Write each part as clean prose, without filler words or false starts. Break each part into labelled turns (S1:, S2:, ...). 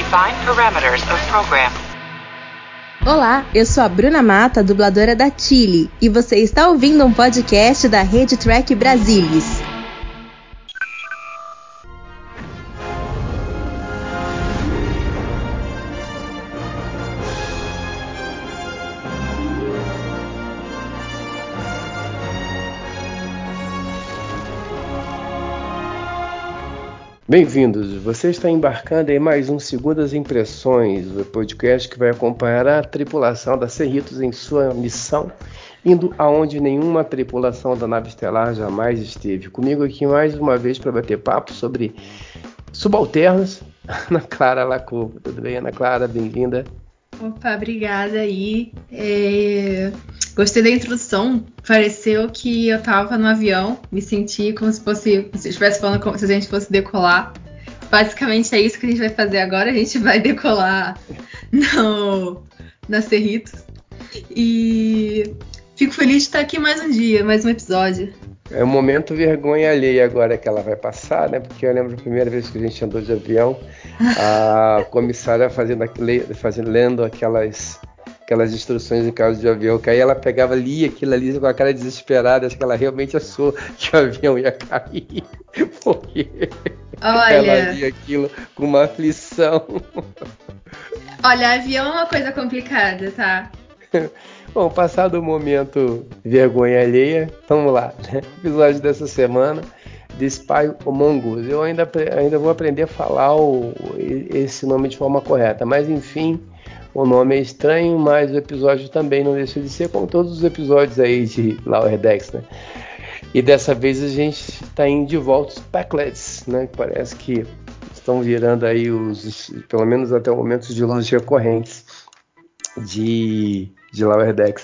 S1: Define parameters of program.
S2: Olá, eu sou a Bruna Mata, dubladora da Chile, e você está ouvindo um podcast da Rede Track Brasilis.
S3: Bem-vindos, você está embarcando em mais um Segundas Impressões, o podcast que vai acompanhar a tripulação da Cerritos em sua missão, indo aonde nenhuma tripulação da nave estelar jamais esteve. Comigo aqui mais uma vez para bater papo sobre subalternos, Ana Clara Lacoupe. Tudo bem, Ana Clara? Bem-vinda.
S4: Opa, obrigada aí. Gostei da introdução. Pareceu que eu tava no avião, me senti como se estivesse falando como se a gente fosse decolar. Basicamente é isso que a gente vai fazer agora. A gente vai decolar na Cerritos. E fico feliz de estar aqui mais um dia, mais um episódio.
S3: É um momento vergonha alheia agora que ela vai passar, né? Porque eu lembro a primeira vez que a gente andou de avião, a comissária lendo aquelas instruções em caso de avião cair, ela pegava, lia aquilo ali com a cara desesperada, acho que ela realmente achou que o avião ia cair, porque ela lia aquilo com uma aflição.
S4: Olha, avião é uma coisa complicada, tá?
S3: Bom, passado o momento vergonha alheia, vamos lá, né? Episódio dessa semana, The Spy Among Us. Eu ainda vou aprender a falar esse nome de forma correta, mas enfim, o nome é estranho, mas o episódio também não deixa de ser como todos os episódios aí de Lower Decks, né? E dessa vez a gente está indo de volta os Packlets, né? Parece que estão virando aí pelo menos até o momento, os vilões recorrentes de Lower Decks.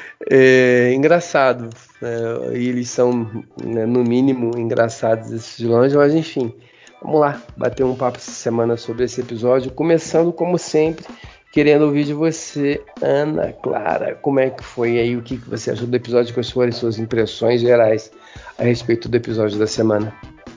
S3: Engraçado, eles são, né, no mínimo engraçados esses vilões, mas enfim, vamos lá bater um papo essa semana sobre esse episódio, começando como sempre querendo ouvir de você, Ana Clara. Como é que foi aí, o que você achou do episódio, quais foram as suas impressões gerais a respeito do episódio da semana?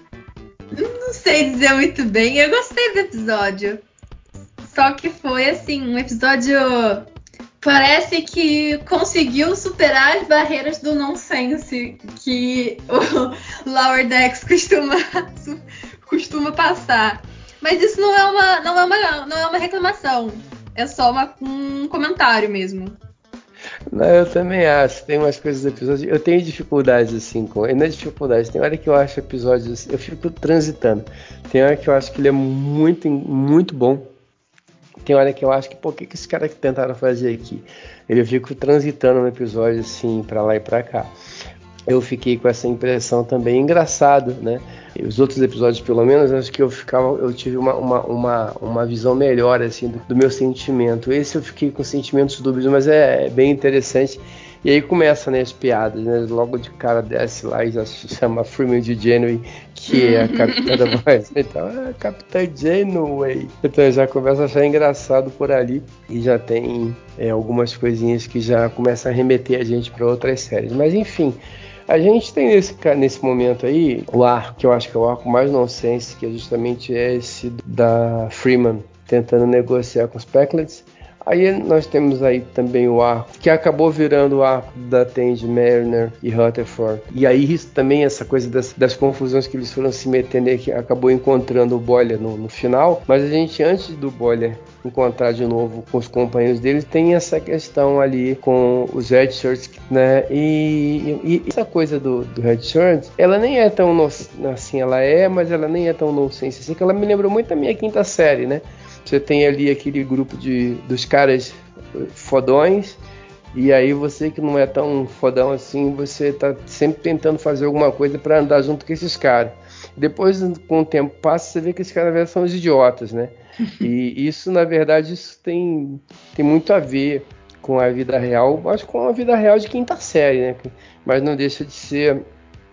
S4: Não sei dizer muito bem, eu gostei do episódio, só que foi assim, um episódio parece que conseguiu superar as barreiras do nonsense que o Lower Decks costuma passar. Mas isso não é uma reclamação. É só um comentário mesmo.
S3: Não, eu também acho. Tem umas coisas do episódio. Eu tenho dificuldades assim não é dificuldade. Tem hora que eu acho episódios. Eu fico transitando. Tem hora que eu acho que ele é muito, muito bom. Tem hora que eu acho que, o que esses caras tentaram fazer aqui? Eu fico transitando no episódio assim, pra lá e pra cá. Eu fiquei com essa impressão também. Engraçado, né? Os outros episódios, pelo menos, acho que eu tive uma visão melhor assim do meu sentimento. Esse eu fiquei com sentimentos dúbios, mas é bem interessante. E aí começa, né, as piadas, né? Logo de cara desce lá e já se chama Freeman de Janeway, que é a capitã da voz. Então, Capitã Janeway. Então já começa a achar engraçado por ali. E já tem algumas coisinhas que já começam a remeter a gente para outras séries. Mas enfim, a gente tem nesse momento aí o arco, que eu acho que é o arco mais nonsense, que é justamente esse da Freeman tentando negociar com os Packlets. Aí nós temos aí também o arco, que acabou virando o arco da Tandy, Mariner e Rutherford. E aí isso também, essa coisa das confusões que eles foram se metendo, que acabou encontrando o Boiler no final. Mas a gente, antes do Boiler encontrar de novo com os companheiros deles, tem essa questão ali com os Red Shirts, né? E essa coisa do Red Shirt, ela nem é tão assim, mas ela nem é tão nonsense assim, que ela me lembrou muito da minha quinta série, né? Você tem ali aquele grupo dos caras fodões, e aí você que não é tão fodão assim, você tá sempre tentando fazer alguma coisa para andar junto com esses caras. Depois, com o tempo passa, você vê que esses caras são os idiotas, né? E isso, na verdade, isso tem muito a ver com a vida real, acho que com a vida real de quinta série, né? Mas não deixa de ser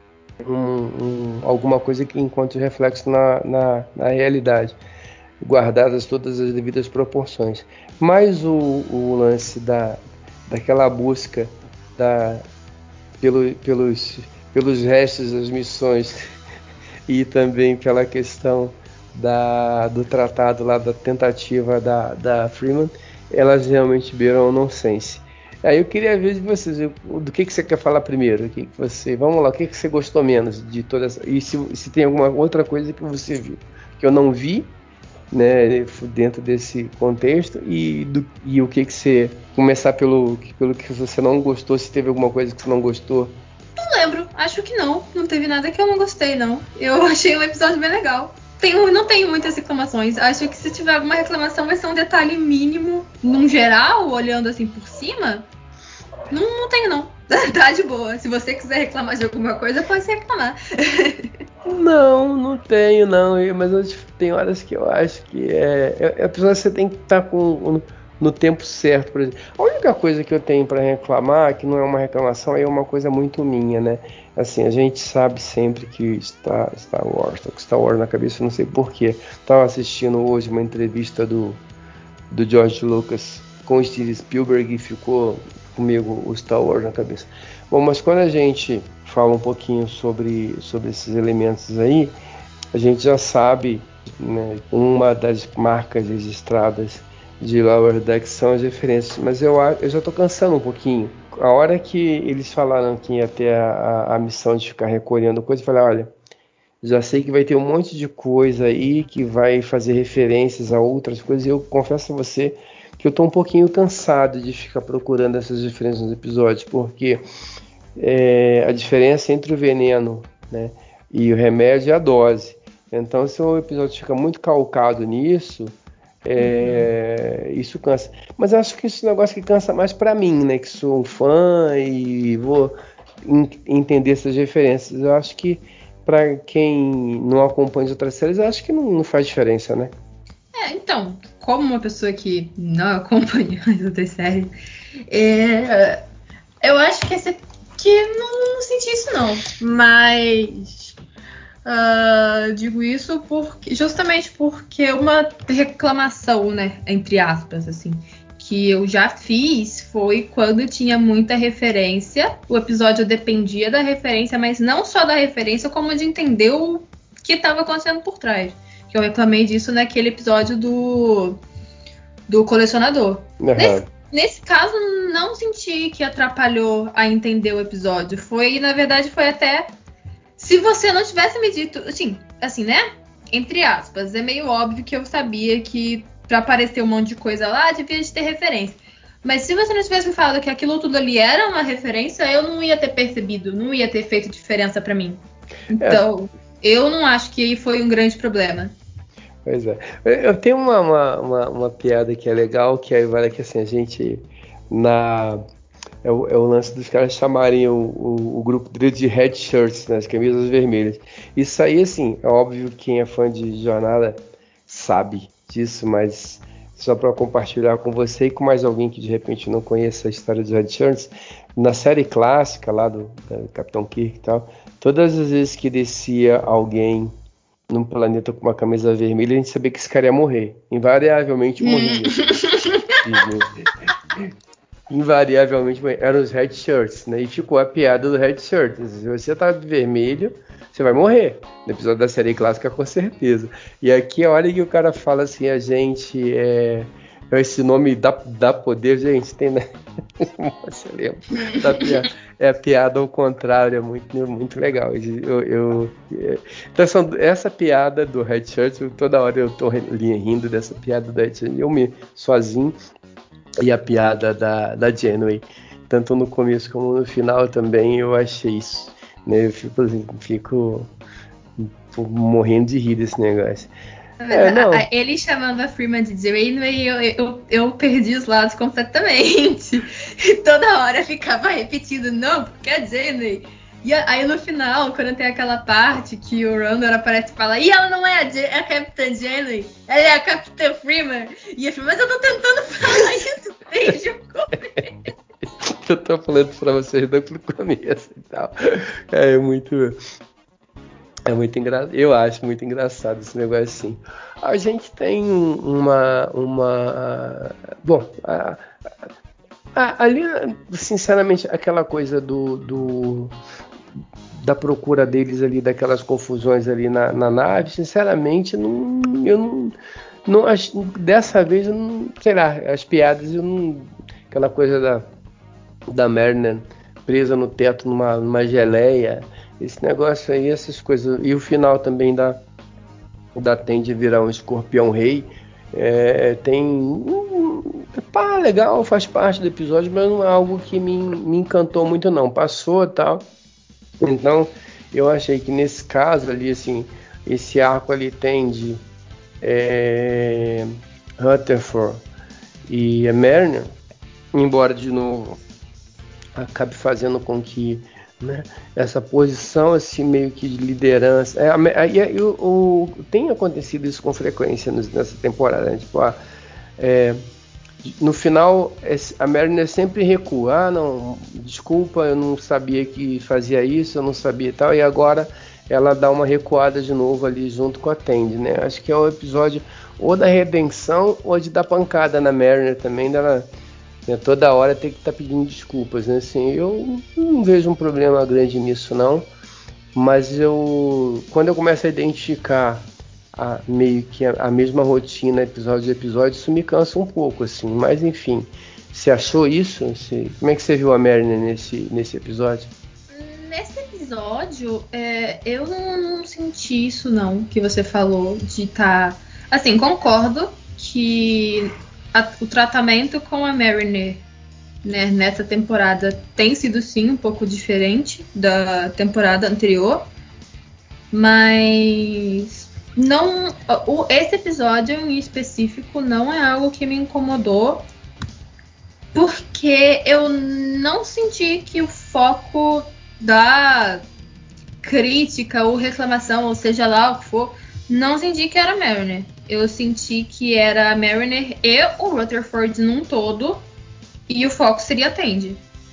S3: alguma coisa que encontre reflexo na realidade, guardadas todas as devidas proporções. Mas o lance daquela busca pelos restos das missões e também pela questão do tratado lá, da tentativa da Freeman, elas realmente beiram o nonsense. Aí eu queria ver de vocês, do que você quer falar primeiro? Vamos lá, o que você gostou menos de toda essa... E se tem alguma outra coisa que você viu, que eu não vi, né, dentro desse contexto, e o que você... Começar pelo que você não gostou, se teve alguma coisa que você não gostou.
S4: Não lembro, acho que não teve nada que eu não gostei, não. Eu achei um episódio bem legal. Não tenho muitas reclamações. Acho que se tiver alguma reclamação vai ser um detalhe mínimo. Num geral, olhando assim por cima, não tenho não. Tá de boa. Se você quiser reclamar de alguma coisa, pode reclamar.
S3: Não tenho não. Mas tem horas que eu acho que a pessoa, você tem que estar no tempo certo, por exemplo. A única coisa que eu tenho para reclamar, que não é uma reclamação, é uma coisa muito minha, né? Assim, a gente sabe sempre que Star Wars, tô com Star Wars na cabeça, não sei porquê. Estava assistindo hoje uma entrevista do George Lucas com o Steven Spielberg e ficou comigo o Star Wars na cabeça. Bom, mas quando a gente fala um pouquinho sobre esses elementos aí, a gente já sabe, né, uma das marcas registradas de Lower Decks são as referências, mas eu já estou cansando um pouquinho. A hora que eles falaram que ia ter a missão de ficar recolhendo coisa, eu falei, olha, já sei que vai ter um monte de coisa aí que vai fazer referências a outras coisas, e eu confesso a você que eu estou um pouquinho cansado de ficar procurando essas referências nos episódios, porque a diferença entre o veneno, né, e o remédio é a dose. Então, se o episódio fica muito calcado nisso, isso cansa. Mas acho que esse negócio que cansa mais pra mim, né? Que sou um fã e vou entender essas referências. Eu acho que pra quem não acompanha as outras séries, eu acho que não faz diferença, né?
S4: Então, como uma pessoa que não acompanha as outras séries, eu acho que não senti isso não. Mas digo isso justamente porque uma reclamação, né, entre aspas, assim, que eu já fiz foi quando tinha muita referência. O episódio dependia da referência, mas não só da referência, como de entender o que estava acontecendo por trás. Que eu reclamei disso naquele episódio do colecionador.
S3: Uhum.
S4: Nesse caso, não senti que atrapalhou a entender o episódio. Na verdade, foi até... Se você não tivesse me dito... Assim, né? Entre aspas. É meio óbvio que eu sabia que pra aparecer um monte de coisa lá, devia de ter referência. Mas se você não tivesse me falado que aquilo tudo ali era uma referência, eu não ia ter percebido. Não ia ter feito diferença pra mim. Então, eu não acho que foi um grande problema.
S3: Pois é. Eu tenho uma piada que é legal, que aí vale que assim, a gente é o lance dos caras chamarem o grupo dele de red shirts, né, as camisas vermelhas. Isso aí, assim, é óbvio que quem é fã de jornada sabe disso, mas só para compartilhar com você e com mais alguém que de repente não conheça a história dos red shirts, na série clássica lá do Capitão Kirk e tal, todas as vezes que descia alguém num planeta com uma camisa vermelha, a gente sabia que esse cara ia morrer. Invariavelmente morria. Invariavelmente eram os red shirts, né? E ficou a piada do red shirt. Se você tá de vermelho, você vai morrer. No episódio da série clássica, com certeza. E aqui a hora que o cara fala assim, a gente esse nome dá poder, gente, tem, né? Você lembra da piada? É a piada ao contrário, é muito, muito legal. Então, essa piada do red shirt, toda hora eu tô rindo dessa piada do red shirt, sozinho. E a piada da Janeway, tanto no começo como no final também, eu achei isso, né? Eu fico morrendo de rir desse negócio.
S4: Ele chamando a Freeman de Janeway, eu perdi os lados completamente. E toda hora ficava repetindo, não, porque é Janeway. E aí no final, quando tem aquela parte que o Randall aparece e fala, e ela não é a Capitã Janeway, ela é a Capitã Freeman. E eu falo, mas eu tô tentando falar isso desde o começo.
S3: Eu tô falando pra vocês desde o começo e tal. É muito engraçado. Eu acho muito engraçado esse negócio assim. A gente tem bom, ali, sinceramente, aquela coisa do da procura deles ali, daquelas confusões ali na nave, sinceramente, eu não acho, dessa vez, eu não, sei lá, as piadas, aquela coisa da Mariner presa no teto numa geleia, esse negócio aí, essas coisas, e o final também da Tende virar um escorpião rei, legal, faz parte do episódio, mas não é algo que me encantou muito não, passou e tal. Então eu achei que nesse caso ali, assim, esse arco ali Tende, Rutherford e a Mariner, embora de novo acabe fazendo com que, né, essa posição assim, meio que de liderança, tem acontecido isso com frequência nessa temporada, né? Tipo, no final a Mariner sempre recua, não, desculpa, eu não sabia que fazia isso, eu não sabia e tal, e agora ela dá uma recuada de novo ali junto com a Tandy, né? Acho que é o episódio ou da redenção ou de dar pancada na Mariner também, dela, né, toda hora tem que estar pedindo desculpas, né? Assim, eu não vejo um problema grande nisso não, mas quando eu começo a identificar meio que a mesma rotina, episódio a episódio, isso me cansa um pouco, assim, mas enfim, você achou isso? Como é que você viu a Mariner nesse episódio?
S4: Nesse episódio, eu não senti isso não, que você falou de estar... Assim, concordo que o tratamento com a Mariner, né, nessa temporada tem sido sim um pouco diferente da temporada anterior, mas esse episódio em específico não é algo que me incomodou, porque eu não senti que o foco da crítica ou reclamação, ou seja lá o que for, não senti que era a Mariner. Eu senti que era a Mariner e o Rutherford num todo, e o foco seria a Tandy.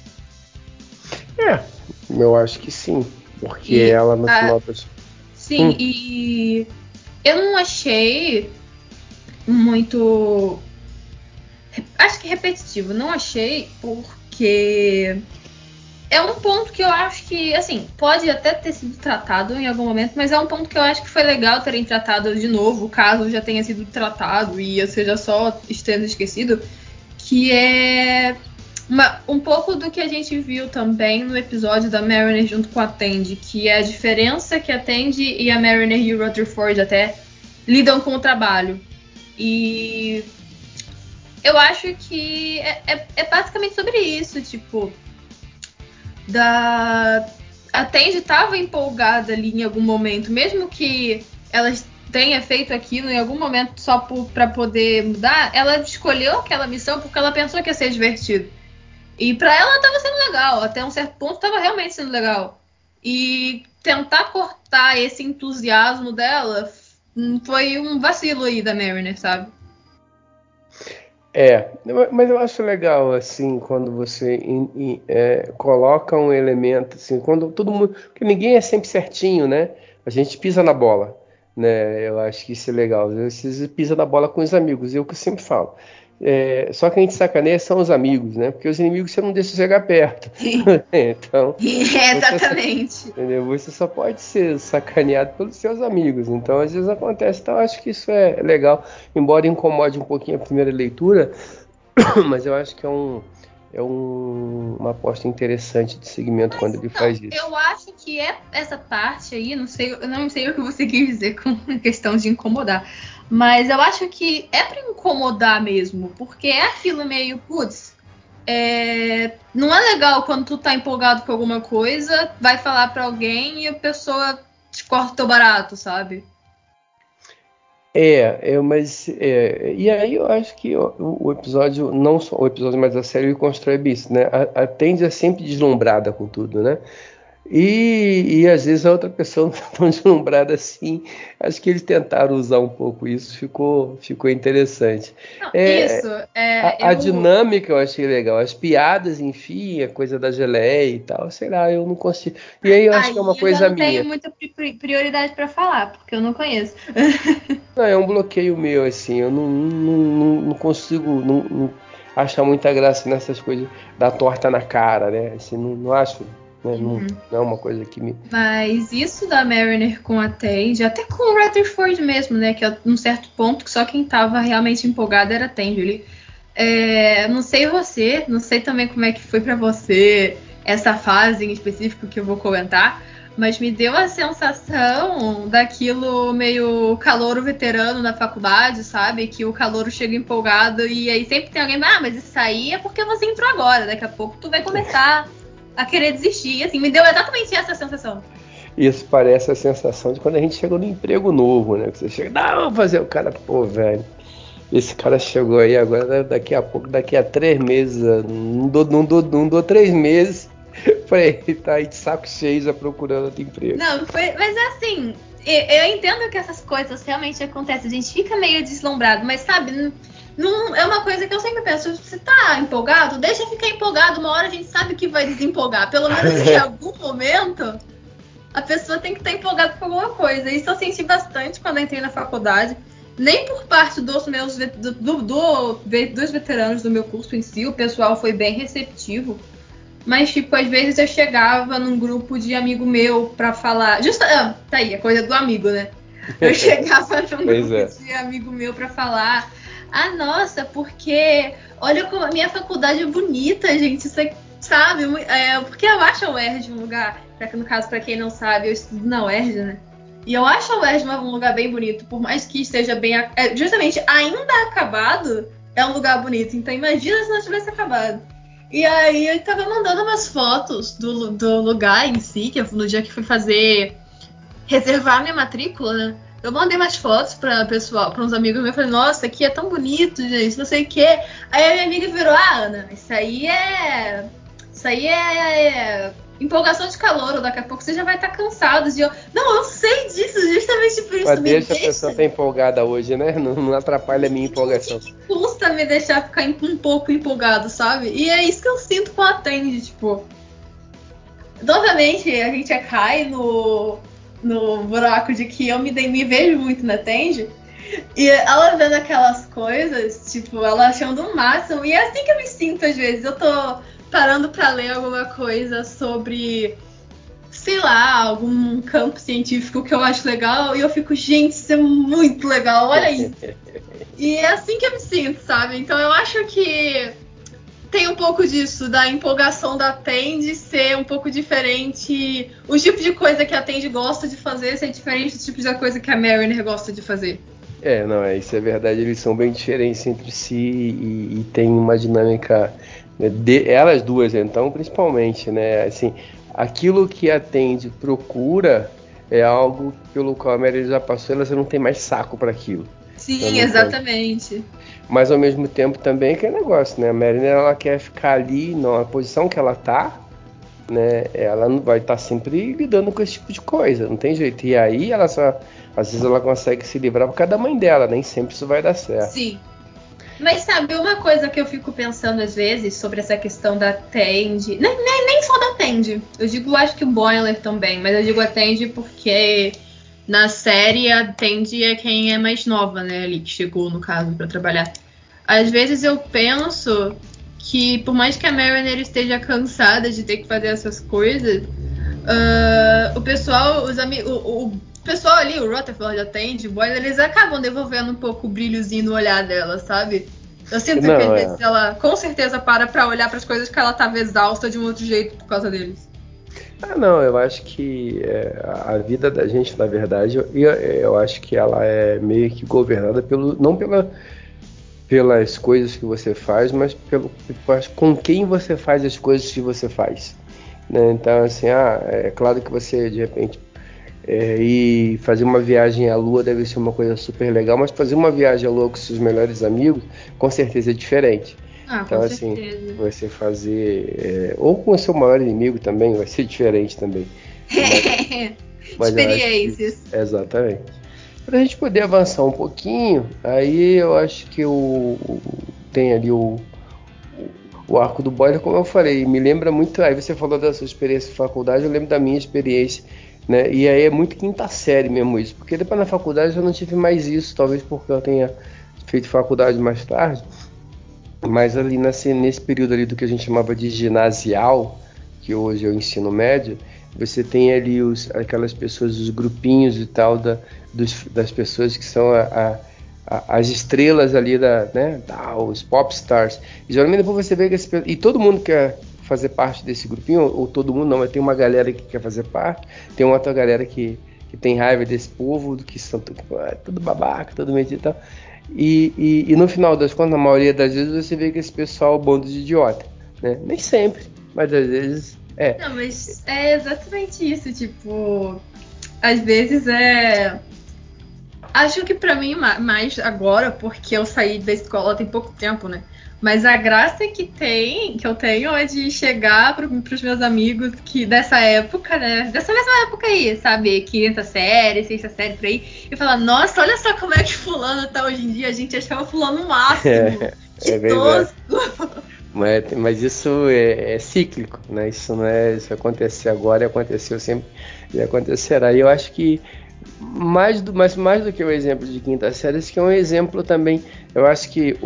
S3: Eu acho que sim, porque ela no final...
S4: Sim, e eu não achei muito... Acho que repetitivo. Não achei, porque é um ponto que eu acho que, assim, pode até ter sido tratado em algum momento, mas é um ponto que eu acho que foi legal terem tratado de novo, caso já tenha sido tratado e seja só estando esquecido, que é um pouco do que a gente viu também no episódio da Mariner junto com a Tandy, que é a diferença que a Tandy e a Mariner e o Rutherford até lidam com o trabalho. E eu acho que é basicamente sobre isso, tipo, a Tandy estava empolgada ali em algum momento, mesmo que ela tenha feito aquilo em algum momento só para poder mudar, ela escolheu aquela missão porque ela pensou que ia ser divertido. E pra ela tava sendo legal, até um certo ponto tava realmente sendo legal. E tentar cortar esse entusiasmo dela foi um vacilo aí da Mariner, sabe?
S3: Mas eu acho legal, assim, quando você coloca um elemento, assim, quando todo mundo... Porque ninguém é sempre certinho, né? A gente pisa na bola, né? Eu acho que isso é legal. Você pisa na bola com os amigos, eu que sempre falo. Só que a gente sacaneia são os amigos, né? Porque os inimigos você não deixa chegar perto. Então,
S4: exatamente.
S3: Você só pode ser sacaneado pelos seus amigos. Então, às vezes acontece. Então, eu acho que isso é legal. Embora incomode um pouquinho a primeira leitura, mas eu acho que é uma aposta interessante de segmento quando ele faz isso.
S4: Eu acho que essa parte aí, eu não sei o que você quis dizer com a questão de incomodar. Mas eu acho que é pra incomodar mesmo, porque é aquilo meio, putz, não é legal quando tu tá empolgado com alguma coisa, vai falar pra alguém e a pessoa te corta o teu barato, sabe?
S3: E aí eu acho que o episódio, não só o episódio, mas a série constrói isso, né? A Tandy é sempre deslumbrada com tudo, né? E às vezes a outra pessoa não está tão deslumbrada assim. Acho que eles tentaram usar um pouco isso, ficou interessante.
S4: Não, isso,
S3: a dinâmica eu achei legal. As piadas, enfim, a coisa da geleia e tal, sei lá, eu não consigo. E aí eu acho que é uma coisa
S4: eu não
S3: minha.
S4: tenho muita prioridade pra falar, porque eu não conheço.
S3: Não, é um bloqueio meu, assim, eu não consigo não achar muita graça nessas coisas da torta na cara, né? Assim, não acho Né? Não é uma coisa que me...
S4: Mas isso da Mariner com a Tandy, até com o Rutherford mesmo, né? Que é um certo ponto que só quem tava realmente empolgado era a Tandy. Não sei você, não sei também como é que foi pra você essa fase em específico que eu vou comentar, mas me deu a sensação daquilo meio calouro veterano na faculdade, sabe? Que o calouro chega empolgado e aí sempre tem alguém, mas isso aí é porque você entrou agora, daqui a pouco tu vai começar a querer desistir. Assim, me deu exatamente essa sensação.
S3: Isso parece a sensação de quando a gente chega no emprego novo, né? Que você chega, não, vou fazer o cara, pô, velho. Esse cara chegou aí agora, daqui a pouco, daqui a 3 meses, não dou 3 meses pra ele tá aí de saco cheio já procurando outro emprego.
S4: Não, mas assim, eu entendo que essas coisas realmente acontecem, a gente fica meio deslumbrado, mas sabe, não é uma coisa que eu sempre penso, se você tá empolgado, deixa ficar empolgado, uma hora a gente sabe que vai desempolgar, pelo menos em algum momento a pessoa tem que estar empolgada com alguma coisa. Isso eu senti bastante quando eu entrei na faculdade, nem por parte dos meus dos veteranos do meu curso em si, o pessoal foi bem receptivo. Mas, tipo, às vezes eu chegava num grupo de amigo meu pra falar... tá aí, a coisa do amigo, né? Eu chegava num grupo de amigo meu pra falar... nossa, porque... Olha como a minha faculdade é bonita, gente. Isso aqui, sabe? Porque eu acho a UERJ um lugar... No caso, pra quem não sabe, eu estudo na UERJ, né? E eu acho a UERJ um lugar bem bonito. Por mais que esteja bem... justamente, ainda acabado, é um lugar bonito. Então, imagina se não tivesse acabado. E aí eu tava mandando umas fotos do lugar em si, que no dia que fui reservar minha matrícula, né? Eu mandei umas fotos pra uns amigos meus, falei, nossa, aqui é tão bonito, gente, não sei o quê. Aí a minha amiga virou, Ana, isso aí é empolgação de calor, daqui a pouco você já vai estar cansado. Não, eu sei disso, justamente por isso.
S3: Mas deixa a pessoa estar empolgada hoje, né? Não atrapalha a minha empolgação.
S4: Custa me deixar ficar um pouco empolgado, sabe? E é isso que eu sinto com a Tandy, tipo... Novamente, a gente cai no buraco de que eu me vejo muito na Tandy. E ela vendo aquelas coisas, tipo, ela achando o máximo. E é assim que eu me sinto às vezes. Eu tô parando pra ler alguma coisa sobre... sei lá, algum campo científico que eu acho legal e eu fico, gente, isso é muito legal, olha isso. E é assim que eu me sinto, sabe? Então eu acho que tem um pouco disso, da empolgação da Tandy ser um pouco diferente, o tipo de coisa que a Tandy gosta de fazer ser diferente do tipo de coisa que a Mariner gosta de fazer.
S3: Isso é verdade, eles são bem diferentes entre si e tem uma dinâmica, né, elas duas, então, principalmente, né, assim, aquilo que a Tandy procura é algo pelo qual a Mariner já passou, você não tem mais saco para aquilo.
S4: Sim, exatamente.
S3: Mas ao mesmo tempo também é aquele negócio, né, a Mariner ela quer ficar ali na posição que ela tá, né, ela não vai estar sempre lidando com esse tipo de coisa, não tem jeito, e aí ela só... Às vezes ela consegue se livrar por causa da mãe dela, nem sempre isso vai dar certo.
S4: Sim. Mas sabe, uma coisa que eu fico pensando às vezes sobre essa questão da Tandy, nem só da Tandy, eu digo, acho que o Boiler também, mas eu digo a Tandy porque na série a Tandy é quem é mais nova, né, ali que chegou no caso pra trabalhar. Às vezes eu penso que por mais que a Mariner esteja cansada de ter que fazer essas coisas, o pessoal, os amigos, o pessoal ali, o Rutherford, a Tandy, o Boiler, eles acabam devolvendo um pouco o brilhozinho no olhar dela, sabe? Eu sinto que às vezes ela com certeza para olhar para as coisas que ela tava exausta de um outro jeito por causa deles.
S3: Não, eu acho que a vida da gente, na verdade, eu acho que ela é meio que governada não pelas coisas que você faz, mas com quem você faz as coisas que você faz. Né? Então, assim, é claro que você, de repente, e fazer uma viagem à Lua deve ser uma coisa super legal, mas fazer uma viagem à Lua com seus melhores amigos, com certeza é diferente. Então, assim, você fazer... ou com o seu maior inimigo também, vai ser diferente também. Mas
S4: experiências.
S3: Exatamente. Para a gente poder avançar um pouquinho, aí eu acho que tem ali o arco do Boiler, como eu falei, me lembra muito... Aí você falou da sua experiência de faculdade, eu lembro da minha experiência, né? E aí é muito quinta série mesmo isso, porque depois na faculdade eu não tive mais isso, talvez porque eu tenha feito faculdade mais tarde, mas ali nesse período ali do que a gente chamava de ginasial, que hoje é o ensino médio, você tem ali aquelas pessoas, os grupinhos e tal, das pessoas que são as estrelas ali, né, os popstars. E geralmente depois você vê que e todo mundo quer fazer parte desse grupinho, ou todo mundo não, mas tem uma galera que quer fazer parte, tem uma outra galera que tem raiva desse povo, que são tudo babaca, todo metido e tal. E no final das contas, na maioria das vezes, você vê que esse pessoal é um bando de idiota, né? Nem sempre, mas às vezes é.
S4: Não, mas é exatamente isso, tipo, às vezes acho que pra mim, mais agora, porque eu saí da escola tem pouco tempo, né? Mas a graça que eu tenho é de chegar pros meus amigos dessa época, né? Dessa mesma época aí, sabe? Quinta série, sexta série, por aí. E falar, nossa, olha só como é que fulano tá hoje em dia. A gente achava fulano o máximo. Que tosco.
S3: Mas isso é cíclico, né? Isso não é... Isso acontece agora, aconteceu sempre e acontecerá. E eu acho que mais do que o exemplo de quinta série, isso que é um exemplo também. Eu acho que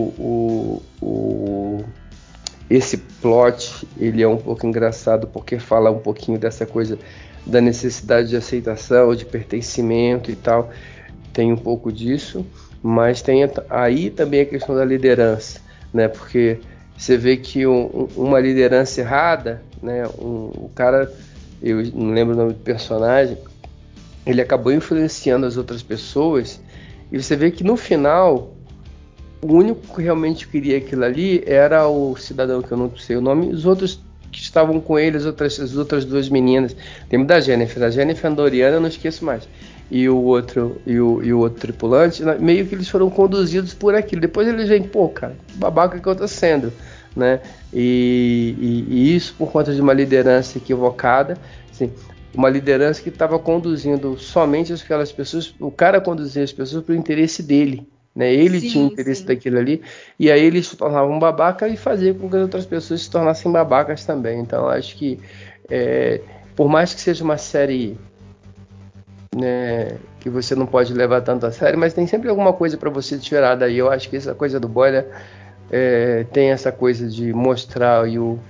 S3: esse plot, ele é um pouco engraçado porque fala um pouquinho dessa coisa da necessidade de aceitação, de pertencimento e tal. Tem um pouco disso, mas tem aí também a questão da liderança, né? Porque você vê que uma liderança errada, né? O cara, eu não lembro o nome do personagem, ele acabou influenciando as outras pessoas, e você vê que no final o único que realmente queria aquilo ali era o cidadão, que eu não sei o nome, os outros que estavam com ele, as outras duas meninas. Lembro da Jennifer, Andoriana, eu não esqueço mais. E o outro tripulante, meio que eles foram conduzidos por aquilo. Depois eles veem, pô, cara, que babaca que eu tô sendo, né? E isso por conta de uma liderança equivocada, assim, uma liderança que estava conduzindo somente aquelas pessoas, o cara conduzia as pessoas para o interesse dele, né? Ele tinha interesse daquilo ali, e aí ele se tornava um babaca e fazia com que as outras pessoas se tornassem babacas também. Então acho que por mais que seja uma série, né, que você não pode levar tanto a sério, mas tem sempre alguma coisa para você tirar daí. Eu acho que essa coisa do Boiler tem essa coisa de mostrar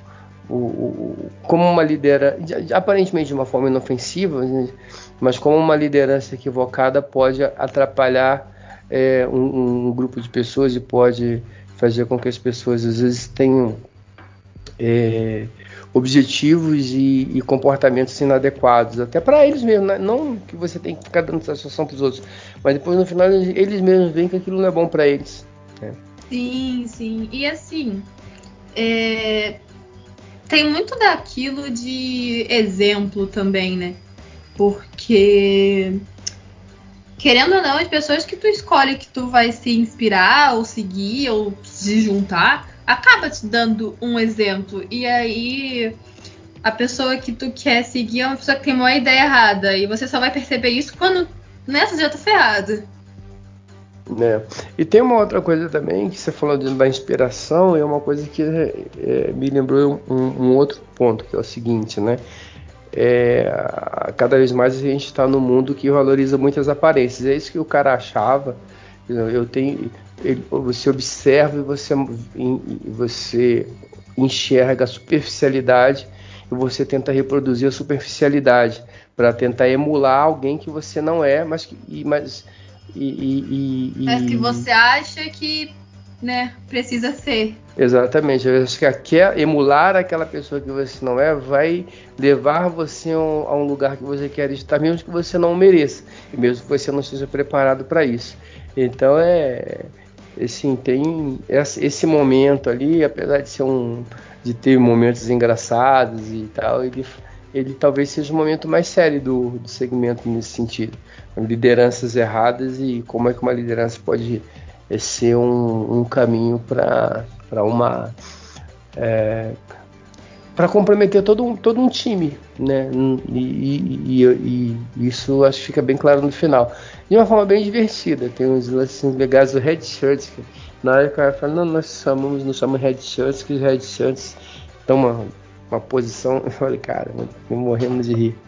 S3: como uma liderança, aparentemente de uma forma inofensiva, mas como uma liderança equivocada pode atrapalhar um grupo de pessoas e pode fazer com que as pessoas às vezes tenham objetivos e comportamentos inadequados, até para eles mesmos, né? Não que você tem que ficar dando satisfação para os outros, mas depois no final eles mesmos veem que aquilo não é bom para eles, né?
S4: Sim, e assim, tem muito daquilo de exemplo também, né? Porque, querendo ou não, as pessoas que tu escolhe que tu vai se inspirar, ou seguir, ou se juntar, acaba te dando um exemplo. E aí, a pessoa que tu quer seguir é uma pessoa que tem uma ideia errada. E você só vai perceber isso quando nessa já tá ferrado.
S3: E tem uma outra coisa também que você falou da inspiração, é uma coisa que me lembrou um outro ponto, que é o seguinte, né? Cada vez mais a gente está num mundo que valoriza muitas aparências. É isso que o cara achava. Você observa e você enxerga a superficialidade e você tenta reproduzir a superficialidade para tentar emular alguém que você não é, mas que
S4: você acha que, né, precisa ser.
S3: Exatamente. Eu acho que emular aquela pessoa que você não é vai levar você a um lugar que você quer estar, mesmo que você não mereça, e mesmo que você não esteja preparado para isso. Então assim, tem esse momento ali, apesar de ter momentos engraçados e tal, ele talvez seja o momento mais sério do segmento nesse sentido. Lideranças erradas e como é que uma liderança pode ser um caminho para para comprometer todo um time, né? E isso acho que fica bem claro no final. De uma forma bem divertida. Tem uns lances legais do Red Shirts, que na hora que o cara fala, não, nós chamamos Red Shirts, que os Red Shirts estão uma posição. Eu falei, cara, morremos de rir.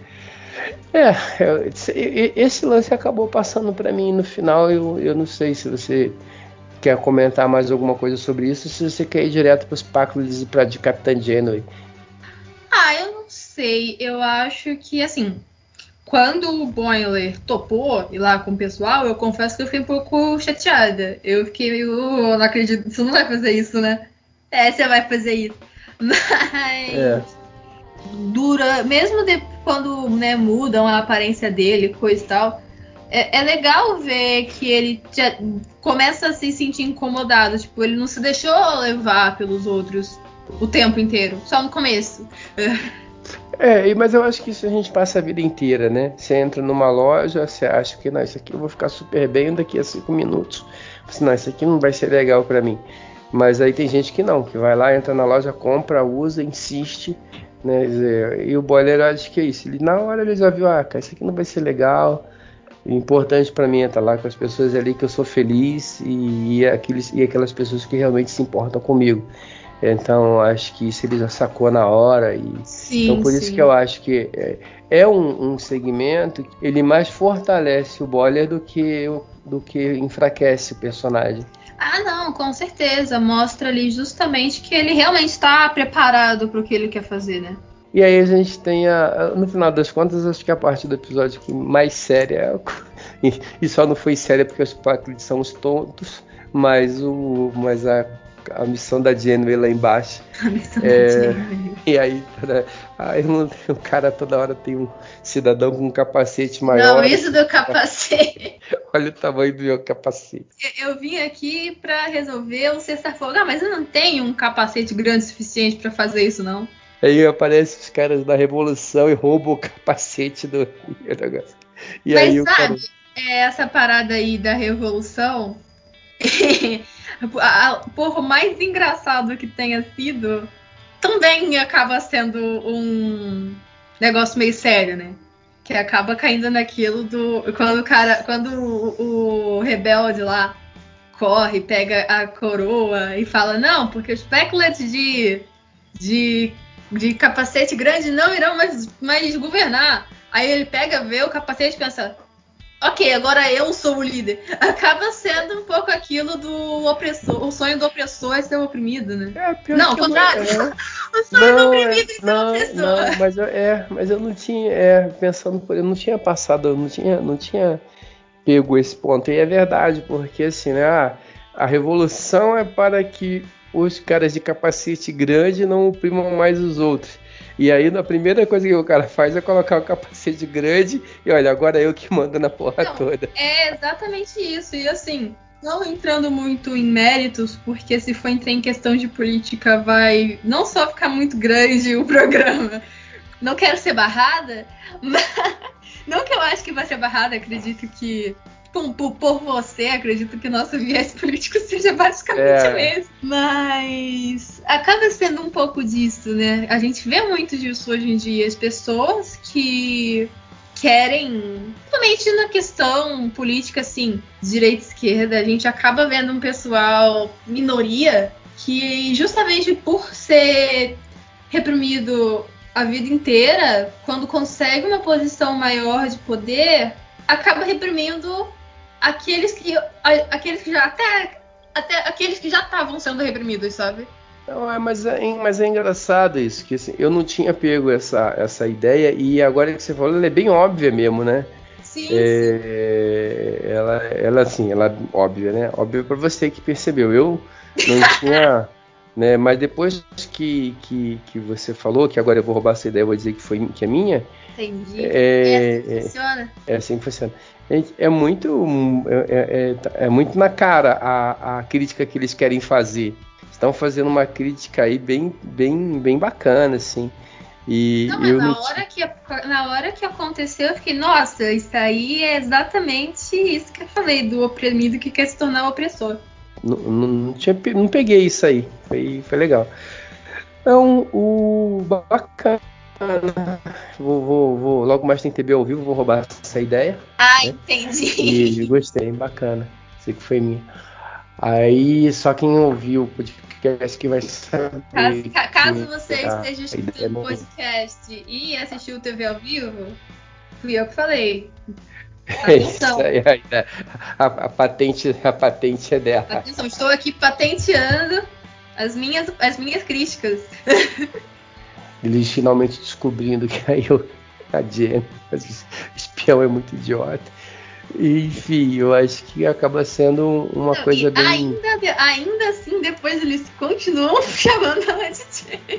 S3: Esse lance acabou passando para mim no final. Eu não sei se você quer comentar mais alguma coisa sobre isso, se você quer ir direto para os Páculos e para de Capitã Janeway.
S4: sei, eu acho que, assim, quando o Boimler topou ir lá com o pessoal, eu confesso que eu fiquei um pouco chateada. Eu fiquei meio, não acredito, você não vai fazer isso, né? Você vai fazer isso. Mas mesmo quando, né, mudam a aparência dele, coisa e tal, é legal ver que ele já começa a se sentir incomodado. Tipo, ele não se deixou levar pelos outros o tempo inteiro, só no começo.
S3: Mas eu acho que isso a gente passa a vida inteira, né? Você entra numa loja, você acha que, não, isso aqui eu vou ficar super bem daqui a 5 minutos. Não, isso aqui não vai ser legal pra mim. Mas aí tem gente que não, que vai lá, entra na loja, compra, usa, insiste, né? E o Boimler, eu acho que é isso. Na hora ele já viu, cara, isso aqui não vai ser legal. O importante pra mim é estar lá com as pessoas ali que eu sou feliz e aquelas pessoas que realmente se importam comigo. Então, acho que isso ele já sacou na hora. Então, por isso que eu acho que é um segmento que ele mais fortalece o Boimler do que enfraquece o personagem.
S4: Ah, não, com certeza. Mostra ali justamente que ele realmente está preparado para o que ele quer fazer, né?
S3: E aí a gente tem, no final das contas, acho que a parte do episódio que mais séria, e só não foi séria porque os Patrick são os tontos, mas a missão da Janeway lá embaixo.
S4: A missão da Janeway.
S3: E aí, o cara toda hora tem um cidadão com um capacete maior.
S4: Não, isso do capacete.
S3: Olha o tamanho do meu capacete.
S4: Eu vim aqui pra resolver o cessar-fogo. Mas eu não tenho um capacete grande o suficiente pra fazer isso, não.
S3: Aí aparecem os caras da Revolução e roubam o capacete do negócio. E
S4: mas
S3: aí
S4: sabe, essa parada aí da Revolução, por mais engraçado que tenha sido, também acaba sendo um negócio meio sério, né? Que acaba caindo naquilo quando o rebelde lá corre, pega a coroa e fala, não, porque os Packlet de capacete grande não irão mais governar. Aí ele pega, vê o capacete e pensa, ok, agora eu sou o líder. Acaba sendo um pouco aquilo do opressor. O sonho do opressor é ser o oprimido, né? Não, ao contrário. O sonho do oprimido é ser o opressor.
S3: Não, mas eu não tinha, pensando por eu não tinha passado, eu não tinha pego esse ponto. E é verdade, porque assim, né, a revolução é para que os caras de capacete grande não oprimam mais os outros. E aí, a primeira coisa que o cara faz é colocar o capacete grande e olha, agora eu que mando na porra toda.
S4: É exatamente isso. E assim, não entrando muito em méritos, porque se for entrar em questão de política, vai não só ficar muito grande o programa. Não quero ser barrada, mas não que eu acho que vai ser barrada, acredito que por você, acredito que o nosso viés político seja basicamente o mesmo. Mas acaba sendo um pouco disso, né? A gente vê muito disso hoje em dia. As pessoas que querem, principalmente na questão política, assim, direita e esquerda, a gente acaba vendo um pessoal, minoria, que justamente por ser reprimido a vida inteira, quando consegue uma posição maior de poder, acaba reprimindo aqueles que já até aqueles que já estavam sendo reprimidos, sabe?
S3: Não, mas é engraçado isso, que assim, eu não tinha pego essa ideia e agora que você falou, ela é bem óbvia mesmo, né?
S4: Sim,
S3: ela assim, ela é óbvia, né? Óbvia pra você que percebeu. Eu não tinha, né? Mas depois que você falou, que agora eu vou roubar essa ideia, eu vou dizer que é minha.
S4: Entendi. É assim que funciona.
S3: É assim que funciona. É muito na cara a crítica que eles querem fazer. Estão fazendo uma crítica aí bem bacana, assim. E
S4: não, mas na hora que aconteceu, eu fiquei, nossa, isso aí é exatamente isso que eu falei, do oprimido que quer se tornar opressor.
S3: Não peguei isso aí. Foi legal. Então, bacana. Vou logo mais tem TB ao vivo, vou roubar essa ideia.
S4: Ah, né? Entendi.
S3: E gostei, bacana. Sei que foi minha. Aí, só quem ouviu o podcast que vai saber.
S4: Caso você esteja escutando o podcast e assistiu o TV ao vivo, fui eu que falei. Atenção.
S3: A patente é dela.
S4: Atenção, estou aqui patenteando as minhas críticas.
S3: Eles finalmente descobrindo que aí a Jenny, o espião é muito idiota. Enfim, eu acho que acaba sendo uma coisa bem...
S4: Ainda assim, depois eles continuam chamando ela de Jenny.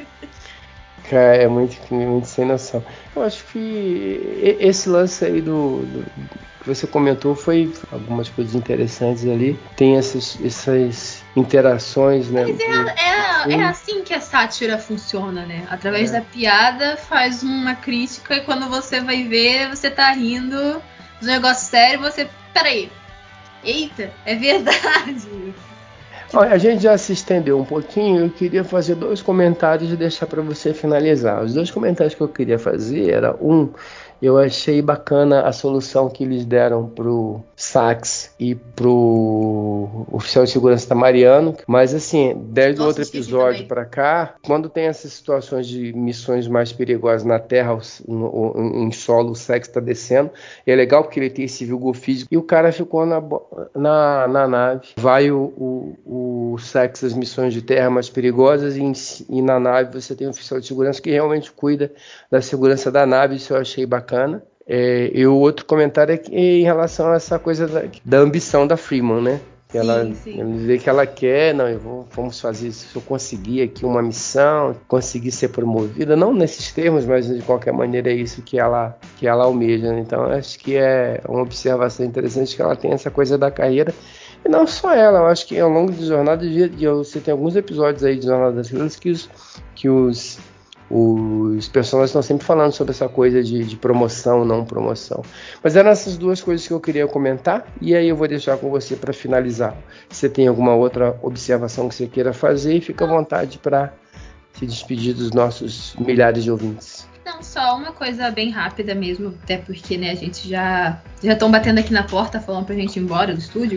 S3: Cara, é muito sem noção. Eu acho que esse lance aí que você comentou foi algumas coisas interessantes ali. Tem essas interações, né?
S4: Mas é assim que a sátira funciona, né? Através da piada faz uma crítica e quando você vai ver, você tá rindo do negócio sério, você... Peraí. Eita, é verdade.
S3: Olha, a gente já se estendeu um pouquinho. Eu queria fazer 2 comentários e deixar para você finalizar. Os 2 comentários que eu queria fazer era eu achei bacana a solução que eles deram pro Sax e pro oficial de segurança Tamariano, mas assim, desde o outro episódio para cá, quando tem essas situações de missões mais perigosas na Terra, em solo, o Sax está descendo, é legal porque ele tem esse vigor físico e o cara ficou na nave. Vai o Sax, as missões de terra mais perigosas, e na nave você tem um oficial de segurança que realmente cuida da segurança da nave. Isso eu achei bacana. E o outro comentário é em relação a essa coisa da ambição da Freeman, né? Que ela vê que ela quer, vamos fazer isso, se eu conseguir aqui uma missão, conseguir ser promovida, não nesses termos, mas de qualquer maneira é isso que ela almeja, né? Então acho que é uma observação interessante que ela tem essa coisa da carreira. E não só ela, eu acho que ao longo de jornada, você tem alguns episódios aí de Jornada das Estrelas que os personagens estão sempre falando sobre essa coisa de promoção, não promoção. Mas eram essas 2 coisas que eu queria comentar, e aí eu vou deixar com você para finalizar. Se você tem alguma outra observação que você queira fazer, fica à vontade para se despedir dos nossos milhares de ouvintes.
S4: Não, só uma coisa bem rápida mesmo, até porque, né, a gente já estão batendo aqui na porta falando pra gente ir embora do estúdio.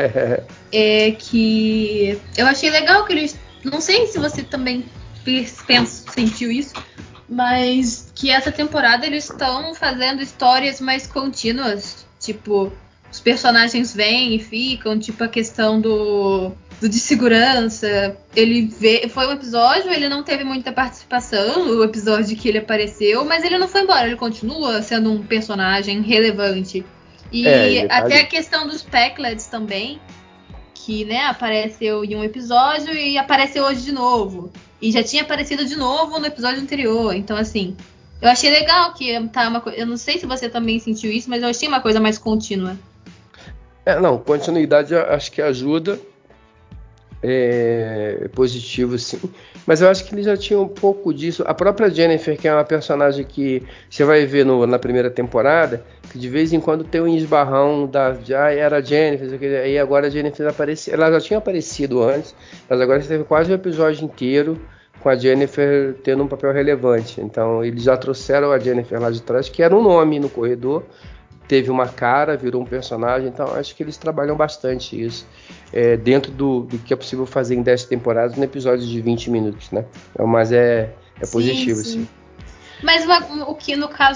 S4: É que eu achei legal que eles... Não sei se você também sentiu isso, mas que essa temporada eles estão fazendo histórias mais contínuas. Tipo, os personagens vêm e ficam, tipo a questão do de segurança. Foi um episódio, ele não teve muita participação, o episódio que ele apareceu, mas ele não foi embora, ele continua sendo um personagem relevante. E até a questão dos Packlets também, que, né, apareceu em um episódio e apareceu hoje de novo. E já tinha aparecido de novo no episódio anterior. Então, assim, eu achei legal que tá uma coisa... Eu não sei se você também sentiu isso, mas eu achei uma coisa mais contínua.
S3: Continuidade eu acho que ajuda. É positivo, sim. Mas eu acho que ele já tinha um pouco disso. A própria Jennifer, que é uma personagem que você vai ver na primeira temporada, que de vez em quando tem um esbarrão era a Jennifer, aí agora a Jennifer apareceu. Ela já tinha aparecido antes, mas agora você teve quase um episódio inteiro com a Jennifer tendo um papel relevante. Então eles já trouxeram a Jennifer lá de trás, que era um nome no corredor, teve uma cara, virou um personagem. Então acho que eles trabalham bastante isso, dentro do que é possível fazer em 10 temporadas, no episódio de 20 minutos, né? Mas é positivo, sim.
S4: Mas o que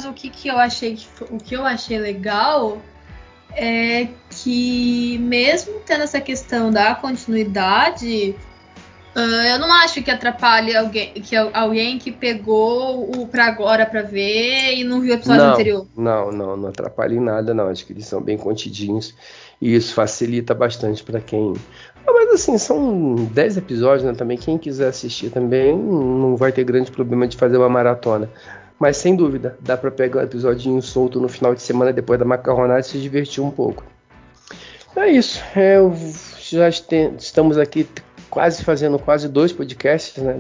S4: eu achei legal é que, mesmo tendo essa questão da continuidade, eu não acho que atrapalhe alguém que pegou o pra agora pra ver e não viu o episódio anterior.
S3: Não atrapalha em nada, não. Acho que eles são bem contidinhos e isso facilita bastante para quem... Mas assim, são 10 episódios, né? Também quem quiser assistir também não vai ter grande problema de fazer uma maratona. Mas sem dúvida, dá para pegar um episodinho solto no final de semana depois da macarronada e se divertir um pouco. É isso. Estamos aqui fazendo quase 2 podcasts, né?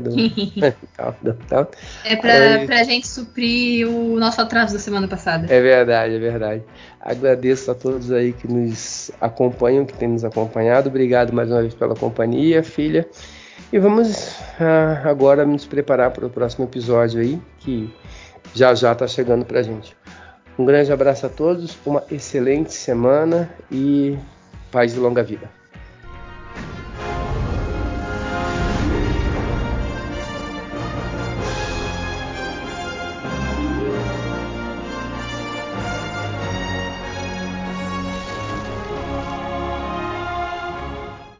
S4: Pra gente suprir o nosso atraso da semana passada.
S3: É verdade. Agradeço a todos aí que nos acompanham, que têm nos acompanhado. Obrigado mais uma vez pela companhia, filha. E vamos agora nos preparar para o próximo episódio aí, que já está chegando pra gente. Um grande abraço a todos, uma excelente semana e paz e longa vida.